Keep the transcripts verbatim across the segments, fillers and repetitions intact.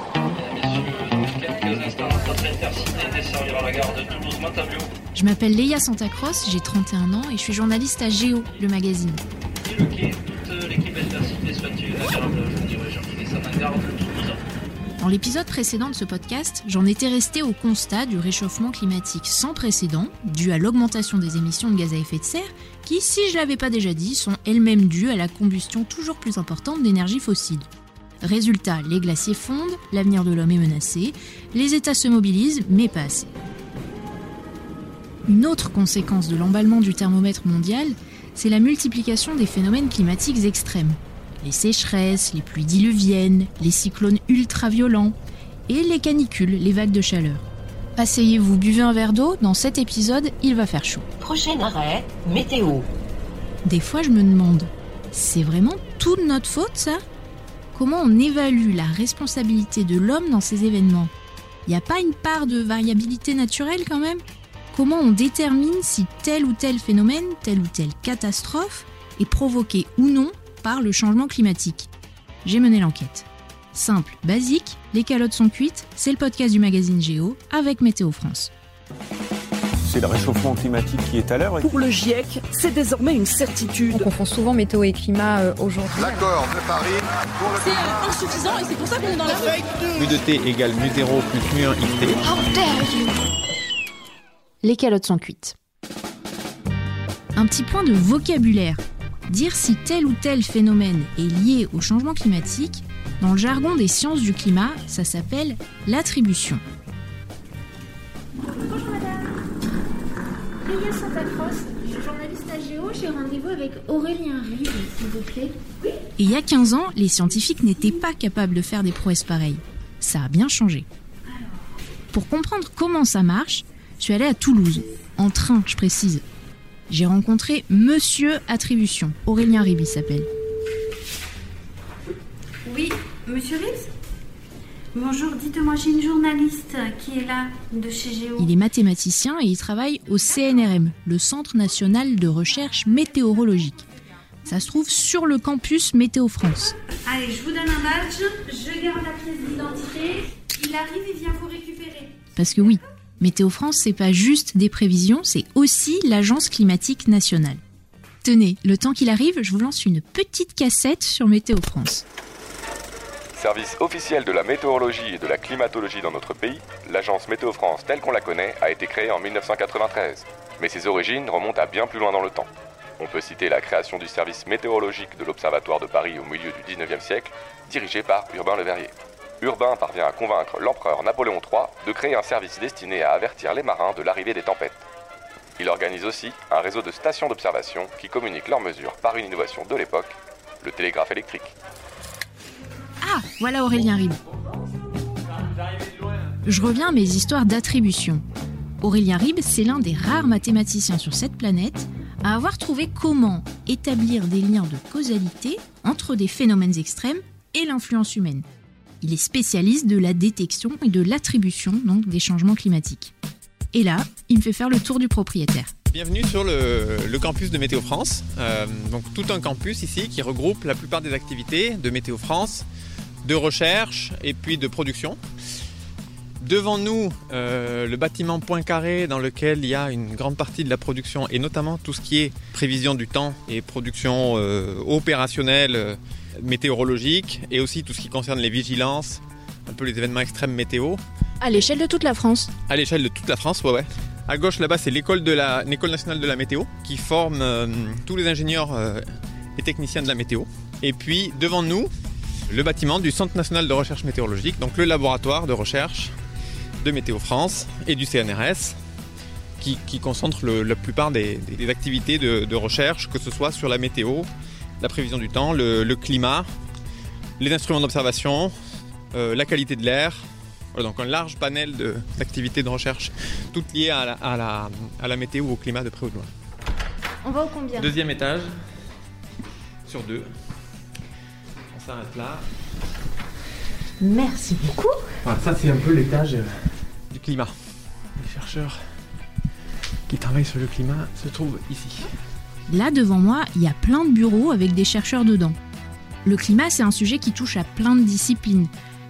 Je m'appelle Léa Santacross, j'ai trente et un ans et je suis journaliste à Géo, le magazine. Dans l'épisode précédent de ce podcast, j'en étais restée au constat du réchauffement climatique sans précédent, dû à l'augmentation des émissions de gaz à effet de serre, qui, si je ne l'avais pas déjà dit, sont elles-mêmes dues à la combustion toujours plus importante d'énergie fossile. Résultat, les glaciers fondent, l'avenir de l'homme est menacé, les États se mobilisent, mais pas assez. Une autre conséquence de l'emballement du thermomètre mondial, c'est la multiplication des phénomènes climatiques extrêmes. Les sécheresses, les pluies diluviennes, les cyclones ultra-violents et les canicules, les vagues de chaleur. Asseyez-vous, buvez un verre d'eau, dans cet épisode, il va faire chaud. Prochain arrêt, météo. Des fois, je me demande, c'est vraiment toute notre faute, ça ? Comment on évalue la responsabilité de l'homme dans ces événements ? Il n'y a pas une part de variabilité naturelle quand même ? Comment on détermine si tel ou tel phénomène, telle ou telle catastrophe est provoqué ou non par le changement climatique ? J'ai mené l'enquête. Simple, basique, les calottes sont cuites, c'est le podcast du magazine Géo avec Météo France. C'est le réchauffement climatique qui est à l'heure. Pour le GIEC, c'est désormais une certitude. On confond souvent météo et climat euh, aujourd'hui. L'accord de Paris pour le C'est euh, insuffisant et c'est pour ça qu'on est dans la fake news. Mu de T égale mu zéro plus mu un X T. How dare you ? Les calottes sont cuites. Un petit point de vocabulaire. Dire si tel ou tel phénomène est lié au changement climatique, dans le jargon des sciences du climat, ça s'appelle l'attribution. Bonjour madame. Léa Santacross, je suis journaliste à Géo, j'ai rendez-vous avec Aurélien Rive, s'il vous plaît. Oui. Et il y a quinze ans, les scientifiques n'étaient pas capables de faire des prouesses pareilles. Ça a bien changé. Alors. Pour comprendre comment ça marche, je suis allée à Toulouse, en train, je précise. J'ai rencontré Monsieur Attribution, Aurélien Rive, il s'appelle. Oui, monsieur Rive ? Bonjour, dites-moi, j'ai une journaliste qui est là, de chez Géo. Il est mathématicien et il travaille au C N R M, le Centre National de Recherche Météorologique. Ça se trouve sur le campus Météo France. Allez, je vous donne un badge, je garde la pièce d'identité, il arrive et vient vous récupérer. Parce que oui, Météo France, c'est pas juste des prévisions, c'est aussi l'Agence climatique nationale. Tenez, le temps qu'il arrive, je vous lance une petite cassette sur Météo France. Service officiel de la météorologie et de la climatologie dans notre pays, l'agence Météo France telle qu'on la connaît a été créée en dix-neuf cent quatre-vingt-treize. Mais ses origines remontent à bien plus loin dans le temps. On peut citer la création du service météorologique de l'Observatoire de Paris au milieu du dix-neuvième siècle, dirigé par Urbain Le Verrier. Urbain parvient à convaincre l'empereur Napoléon trois de créer un service destiné à avertir les marins de l'arrivée des tempêtes. Il organise aussi un réseau de stations d'observation qui communiquent leurs mesures par une innovation de l'époque, le télégraphe électrique. Ah, voilà Aurélien Ribe. Je reviens à mes histoires d'attribution. Aurélien Ribe, c'est l'un des rares mathématiciens sur cette planète à avoir trouvé comment établir des liens de causalité entre des phénomènes extrêmes et l'influence humaine. Il est spécialiste de la détection et de l'attribution donc, des changements climatiques. Et là, il me fait faire le tour du propriétaire. Bienvenue sur le, le campus de Météo France. Euh, donc tout un campus ici qui regroupe la plupart des activités de Météo France, de recherche et puis de production. Devant nous, euh, le bâtiment Poincaré dans lequel il y a une grande partie de la production et notamment tout ce qui est prévision du temps et production euh, opérationnelle euh, météorologique et aussi tout ce qui concerne les vigilances, un peu les événements extrêmes météo. À l'échelle de toute la France. À l'échelle de toute la France, ouais, ouais. À gauche, là-bas, c'est l'école, de la, l'école nationale de la météo qui forme euh, tous les ingénieurs euh, et techniciens de la météo. Et puis, devant nous, le bâtiment du Centre national de recherche météorologique, donc le laboratoire de recherche de Météo France et du C N R S qui, qui concentre le, la plupart des, des, des activités de, de recherche, que ce soit sur la météo, la prévision du temps, le, le climat, les instruments d'observation, euh, la qualité de l'air. Voilà, donc un large panel de, d'activités de recherche, toutes liées à la, à, la, à la météo ou au climat de près ou de loin. On va au combien ? Deuxième étage, sur deux. On s'arrête là. Merci beaucoup. Voilà, ça c'est un peu l'étage euh, du climat. Les chercheurs qui travaillent sur le climat se trouvent ici. Là, devant moi, il y a plein de bureaux avec des chercheurs dedans. Le climat, c'est un sujet qui touche à plein de disciplines.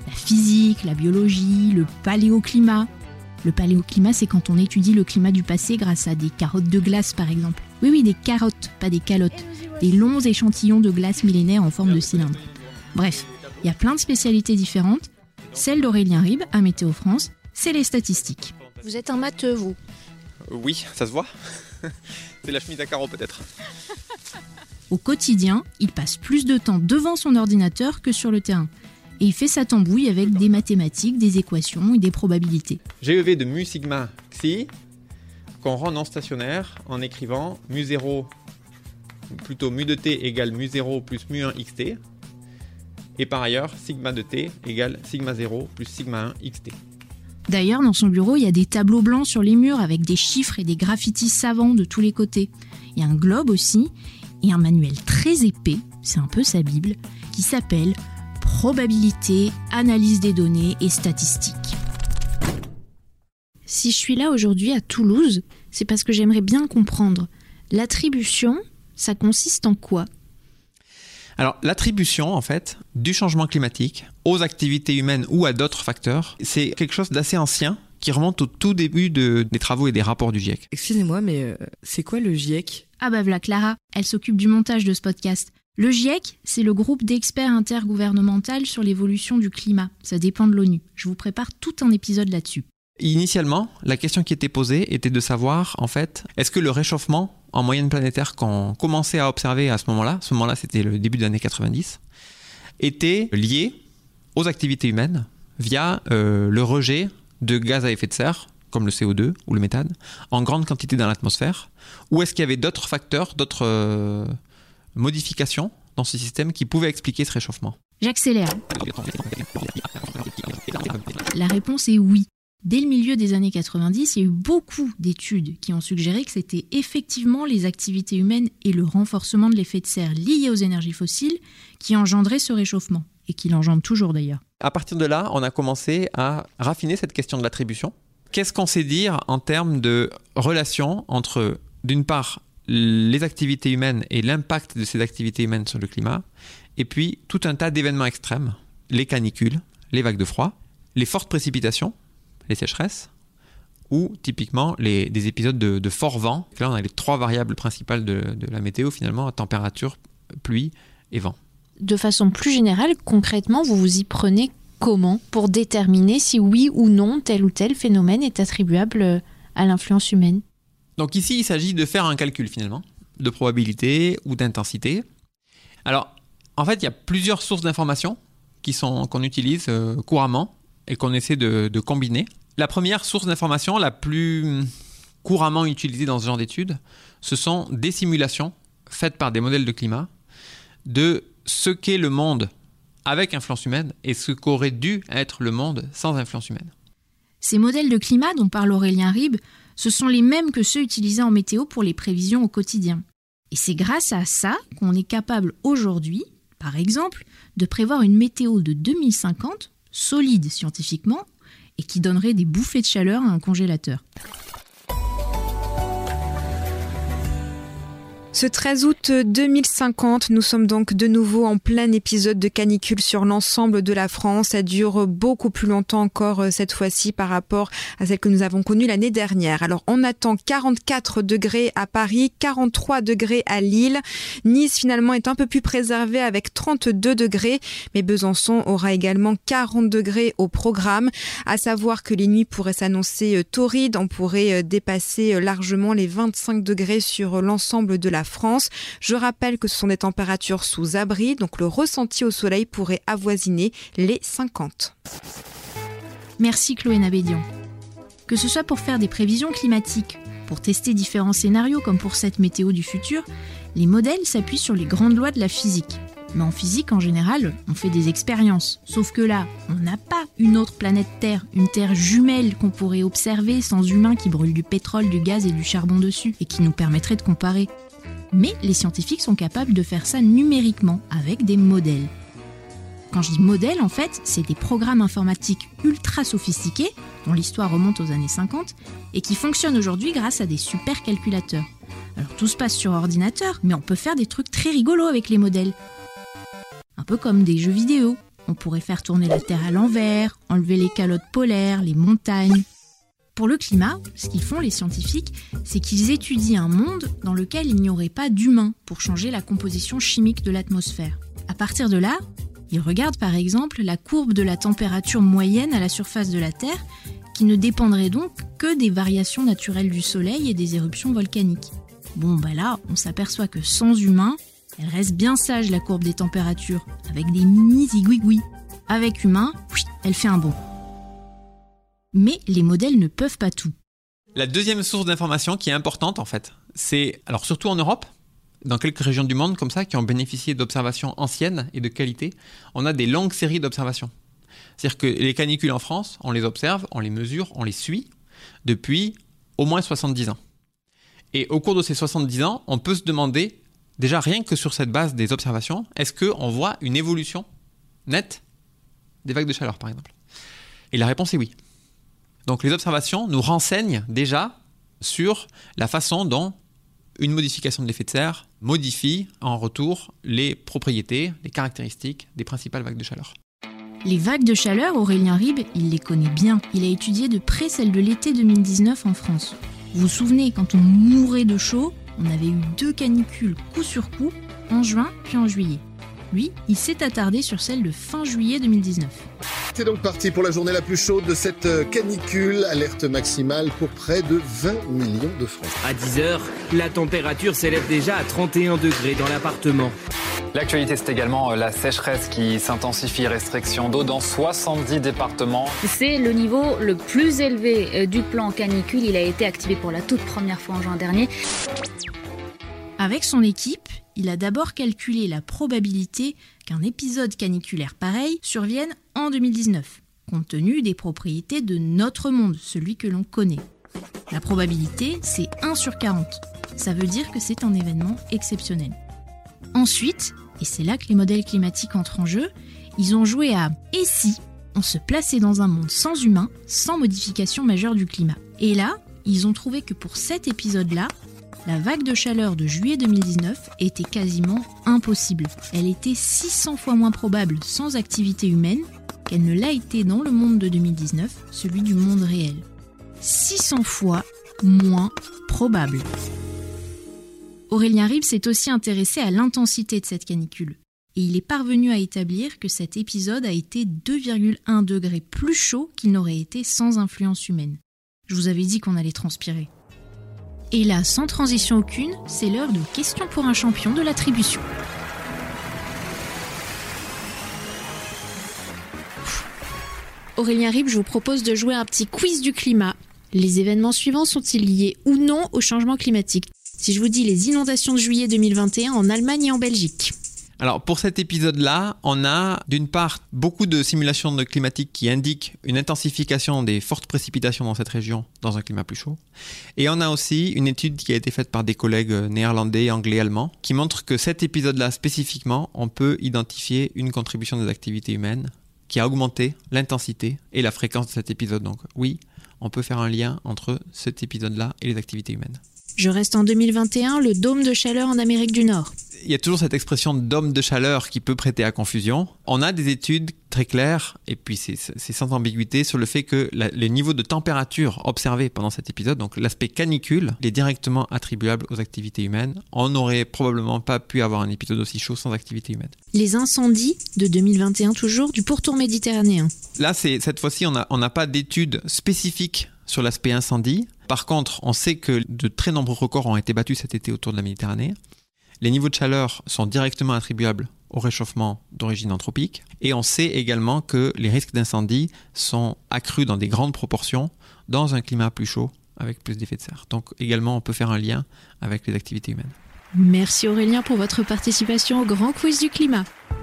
la physique, la biologie, le paléoclimat. Le paléoclimat, c'est quand on étudie le climat du passé grâce à des carottes de glace, par exemple. Oui, oui, des carottes, pas des calottes. Des longs échantillons de glace millénaire en forme de cylindre. Bref, il y a plein de spécialités différentes. Celle d'Aurélien Ribes, à Météo France, c'est les statistiques. Vous êtes un matheux, vous ? Oui, ça se voit. C'est la chemise à carreaux peut-être. Au quotidien, il passe plus de temps devant son ordinateur que sur le terrain. Et il fait sa tambouille avec des mathématiques, des équations et des probabilités. G E V de mu sigma xi qu'on rend non stationnaire en écrivant mu zéro, plutôt mu de t égale mu zéro plus mu un xt. Et par ailleurs, sigma de t égale sigma zéro plus sigma un xt. D'ailleurs, dans son bureau, il y a des tableaux blancs sur les murs avec des chiffres et des graffitis savants de tous les côtés. Il y a un globe aussi et un manuel très épais, c'est un peu sa Bible, qui s'appelle Probabilité, analyse des données et statistiques. Si je suis là aujourd'hui à Toulouse, c'est parce que j'aimerais bien comprendre. L'attribution, ça consiste en quoi ? Alors, l'attribution, en fait, du changement climatique aux activités humaines ou à d'autres facteurs, c'est quelque chose d'assez ancien qui remonte au tout début de, des travaux et des rapports du GIEC. Excusez-moi, mais euh, c'est quoi le GIEC ? Ah bah voilà Clara, elle s'occupe du montage de ce podcast. Le GIEC, c'est le groupe d'experts intergouvernemental sur l'évolution du climat. Ça dépend de l'ONU. Je vous prépare tout un épisode là-dessus. Initialement, la question qui était posée était de savoir, en fait, est-ce que le réchauffement en moyenne planétaire qu'on commençait à observer à ce moment-là, ce moment-là c'était le début des années quatre-vingt-dix, était lié aux activités humaines via euh, le rejet de gaz à effet de serre, comme le C O deux ou le méthane, en grande quantité dans l'atmosphère, ou est-ce qu'il y avait d'autres facteurs, d'autres euh, modifications dans ce système qui pouvaient expliquer ce réchauffement ? J'accélère. La réponse est oui. Dès le milieu des années quatre-vingt-dix, il y a eu beaucoup d'études qui ont suggéré que c'était effectivement les activités humaines et le renforcement de l'effet de serre lié aux énergies fossiles qui engendraient ce réchauffement, et qui l'engendrent toujours d'ailleurs. À partir de là, on a commencé à raffiner cette question de l'attribution. Qu'est-ce qu'on sait dire en termes de relation entre, d'une part, les activités humaines et l'impact de ces activités humaines sur le climat, et puis tout un tas d'événements extrêmes, les canicules, les vagues de froid, les fortes précipitations, les sécheresses, ou typiquement les, des épisodes de, de fort vent. Là, on a les trois variables principales de, de la météo, finalement, température, pluie et vent. De façon plus générale, concrètement, vous vous y prenez comment pour déterminer si oui ou non tel ou tel phénomène est attribuable à l'influence humaine ? Donc ici, il s'agit de faire un calcul, finalement, de probabilité ou d'intensité. Alors, en fait, il y a plusieurs sources d'informations qui sont, qu'on utilise euh, couramment et qu'on essaie de, de combiner. La première source d'information, la plus couramment utilisée dans ce genre d'études, ce sont des simulations faites par des modèles de climat de ce qu'est le monde avec influence humaine et ce qu'aurait dû être le monde sans influence humaine. Ces modèles de climat dont parle Aurélien Ribes, ce sont les mêmes que ceux utilisés en météo pour les prévisions au quotidien. Et c'est grâce à ça qu'on est capable aujourd'hui, par exemple, de prévoir une météo de deux mille cinquante, solide scientifiquement, et qui donnerait des bouffées de chaleur à un congélateur. Ce treize août deux mille cinquante, nous sommes donc de nouveau en plein épisode de canicule sur l'ensemble de la France. Ça dure beaucoup plus longtemps encore cette fois-ci par rapport à celle que nous avons connue l'année dernière. Alors on attend quarante-quatre degrés à Paris, quarante-trois degrés à Lille. Nice finalement est un peu plus préservé avec trente-deux degrés. Mais Besançon aura également quarante degrés au programme. À savoir que les nuits pourraient s'annoncer torrides. On pourrait dépasser largement les vingt-cinq degrés sur l'ensemble de la France. Je rappelle que ce sont des températures sous abri, donc le ressenti au soleil pourrait avoisiner les cinquante. Merci Chloé Nabédian. Que ce soit pour faire des prévisions climatiques, pour tester différents scénarios comme pour cette météo du futur, les modèles s'appuient sur les grandes lois de la physique. Mais en physique, en général, on fait des expériences. Sauf que là, on n'a pas une autre planète Terre, une Terre jumelle qu'on pourrait observer sans humains qui brûlent du pétrole, du gaz et du charbon dessus, et qui nous permettrait de comparer. Mais les scientifiques sont capables de faire ça numériquement, avec des modèles. Quand je dis modèles, en fait, c'est des programmes informatiques ultra sophistiqués, dont l'histoire remonte aux années cinquante, et qui fonctionnent aujourd'hui grâce à des supercalculateurs. Alors tout se passe sur ordinateur, mais on peut faire des trucs très rigolos avec les modèles. Un peu comme des jeux vidéo, On pourrait faire tourner la Terre à l'envers, enlever les calottes polaires, les montagnes. Pour le climat, ce qu'ils font les scientifiques, c'est qu'ils étudient un monde dans lequel il n'y aurait pas d'humains pour changer la composition chimique de l'atmosphère. À partir de là, ils regardent par exemple la courbe de la température moyenne à la surface de la Terre, qui ne dépendrait donc que des variations naturelles du Soleil et des éruptions volcaniques. Bon bah là, on s'aperçoit que sans humains, elle reste bien sage la courbe des températures, avec des mini-zigouigouis. Avec humains, elle fait un bond. Mais les modèles ne peuvent pas tout. La deuxième source d'information qui est importante en fait, c'est, alors surtout en Europe, dans quelques régions du monde comme ça, qui ont bénéficié d'observations anciennes et de qualité, on a des longues séries d'observations. C'est-à-dire que les canicules en France, on les observe, on les mesure, on les suit depuis au moins soixante-dix ans. Et au cours de ces soixante-dix ans, on peut se demander, déjà rien que sur cette base des observations, est-ce qu'on voit une évolution nette des vagues de chaleur par exemple ? Et la réponse est oui. Donc les observations nous renseignent déjà sur la façon dont une modification de l'effet de serre modifie en retour les propriétés, les caractéristiques des principales vagues de chaleur. Les vagues de chaleur, Aurélien Ribes, il les connaît bien. Il a étudié de près celles de l'été deux mille dix-neuf en France. Vous vous souvenez, quand on mourait de chaud, on avait eu deux canicules coup sur coup, en juin puis en juillet. Lui, il s'est attardé sur celle de fin juillet deux mille dix-neuf. C'est donc parti pour la journée la plus chaude de cette canicule. Alerte maximale pour près de vingt millions de Français. À dix heures, la température s'élève déjà à trente et un degrés dans l'appartement. L'actualité, c'est également la sécheresse qui s'intensifie. Restriction d'eau dans soixante-dix départements. C'est le niveau le plus élevé du plan canicule. Il a été activé pour la toute première fois en juin dernier. Avec son équipe, il a d'abord calculé la probabilité qu'un épisode caniculaire pareil survienne en deux mille dix-neuf, compte tenu des propriétés de notre monde, celui que l'on connaît. La probabilité, c'est un sur quarante. Ça veut dire que c'est un événement exceptionnel. Ensuite, et c'est là que les modèles climatiques entrent en jeu, ils ont joué à « et si on se plaçait dans un monde sans humains, sans modification majeure du climat ?» Et là, ils ont trouvé que pour cet épisode-là, la vague de chaleur de juillet deux mille dix-neuf était quasiment impossible. Elle était six cents fois moins probable sans activité humaine qu'elle ne l'a été dans le monde de deux mille dix-neuf, celui du monde réel. six cents fois moins probable. Aurélien Ribes s'est aussi intéressé à l'intensité de cette canicule. Et il est parvenu à établir que cet épisode a été deux virgule un degrés plus chaud qu'il n'aurait été sans influence humaine. Je vous avais dit qu'on allait transpirer. Et là, sans transition aucune, c'est l'heure de questions pour un champion de l'attribution. Aurélien Ribes, je vous propose de jouer un petit quiz du climat. Les événements suivants sont-ils liés ou non au changement climatique ? Si je vous dis les inondations de juillet deux mille vingt et un en Allemagne et en Belgique. Alors pour cet épisode-là, on a d'une part beaucoup de simulations de climatiques qui indiquent une intensification des fortes précipitations dans cette région dans un climat plus chaud. Et on a aussi une étude qui a été faite par des collègues néerlandais, anglais, allemands, qui montre que cet épisode-là spécifiquement, on peut identifier une contribution des activités humaines qui a augmenté l'intensité et la fréquence de cet épisode. Donc oui, on peut faire un lien entre cet épisode-là et les activités humaines. Je reste en deux mille vingt et un, le dôme de chaleur en Amérique du Nord. Il y a toujours cette expression de dôme de chaleur qui peut prêter à confusion. On a des études très claires, et puis c'est, c'est sans ambiguïté, sur le fait que la, les niveaux de température observés pendant cet épisode, donc l'aspect canicule, est directement attribuable aux activités humaines. On n'aurait probablement pas pu avoir un épisode aussi chaud sans activité humaine. Les incendies de deux mille vingt et un toujours, du pourtour méditerranéen. Là, c'est, cette fois-ci, on n'a on n'a pas d'études spécifiques sur l'aspect incendie. Par contre, on sait que de très nombreux records ont été battus cet été autour de la Méditerranée. Les niveaux de chaleur sont directement attribuables au réchauffement d'origine anthropique. Et on sait également que les risques d'incendie sont accrus dans des grandes proportions dans un climat plus chaud avec plus d'effets de serre. Donc également, on peut faire un lien avec les activités humaines. Merci Aurélien pour votre participation au Grand Quiz du Climat.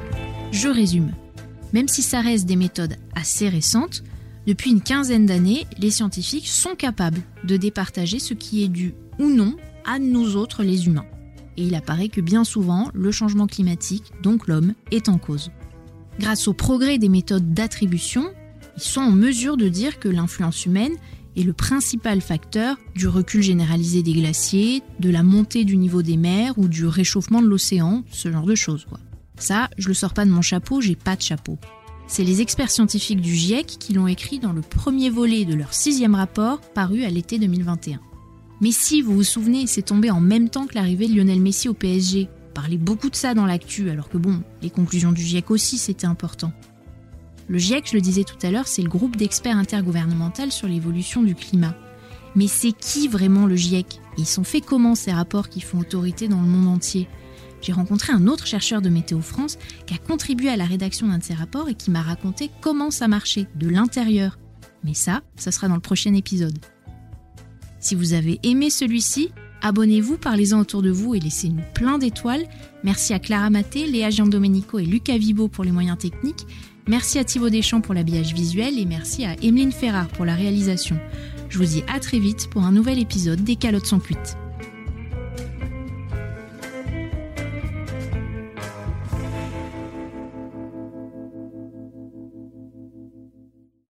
Je résume. Même si ça reste des méthodes assez récentes, depuis une quinzaine d'années, les scientifiques sont capables de départager ce qui est dû ou non à nous autres les humains. Et il apparaît que bien souvent, le changement climatique, donc l'homme, est en cause. Grâce au progrès des méthodes d'attribution, ils sont en mesure de dire que l'influence humaine est le principal facteur du recul généralisé des glaciers, de la montée du niveau des mers ou du réchauffement de l'océan, ce genre de choses, quoi. Ça, je le sors pas de mon chapeau, j'ai pas de chapeau. C'est les experts scientifiques du GIEC qui l'ont écrit dans le premier volet de leur sixième rapport paru à l'été deux mille vingt et un. Mais si, vous vous souvenez, c'est tombé en même temps que l'arrivée de Lionel Messi au P S G. On parlait beaucoup de ça dans l'actu, alors que bon, les conclusions du GIEC aussi, c'était important. Le GIEC, je le disais tout à l'heure, c'est le groupe d'experts intergouvernemental sur l'évolution du climat. Mais c'est qui vraiment le GIEC ? Et ils sont faits comment ces rapports qui font autorité dans le monde entier ? J'ai rencontré un autre chercheur de Météo France qui a contribué à la rédaction d'un de ces rapports et qui m'a raconté comment ça marchait, de l'intérieur. Mais ça, ça sera dans le prochain épisode. Si vous avez aimé celui-ci, abonnez-vous, parlez-en autour de vous et laissez-nous plein d'étoiles. Merci à Clara Maté, Léa Giandomenico et Lucas Vibo pour les moyens techniques. Merci à Thibaut Deschamps pour l'habillage visuel et merci à Emeline Ferrard pour la réalisation. Je vous dis à très vite pour un nouvel épisode des Calottes sont cuites.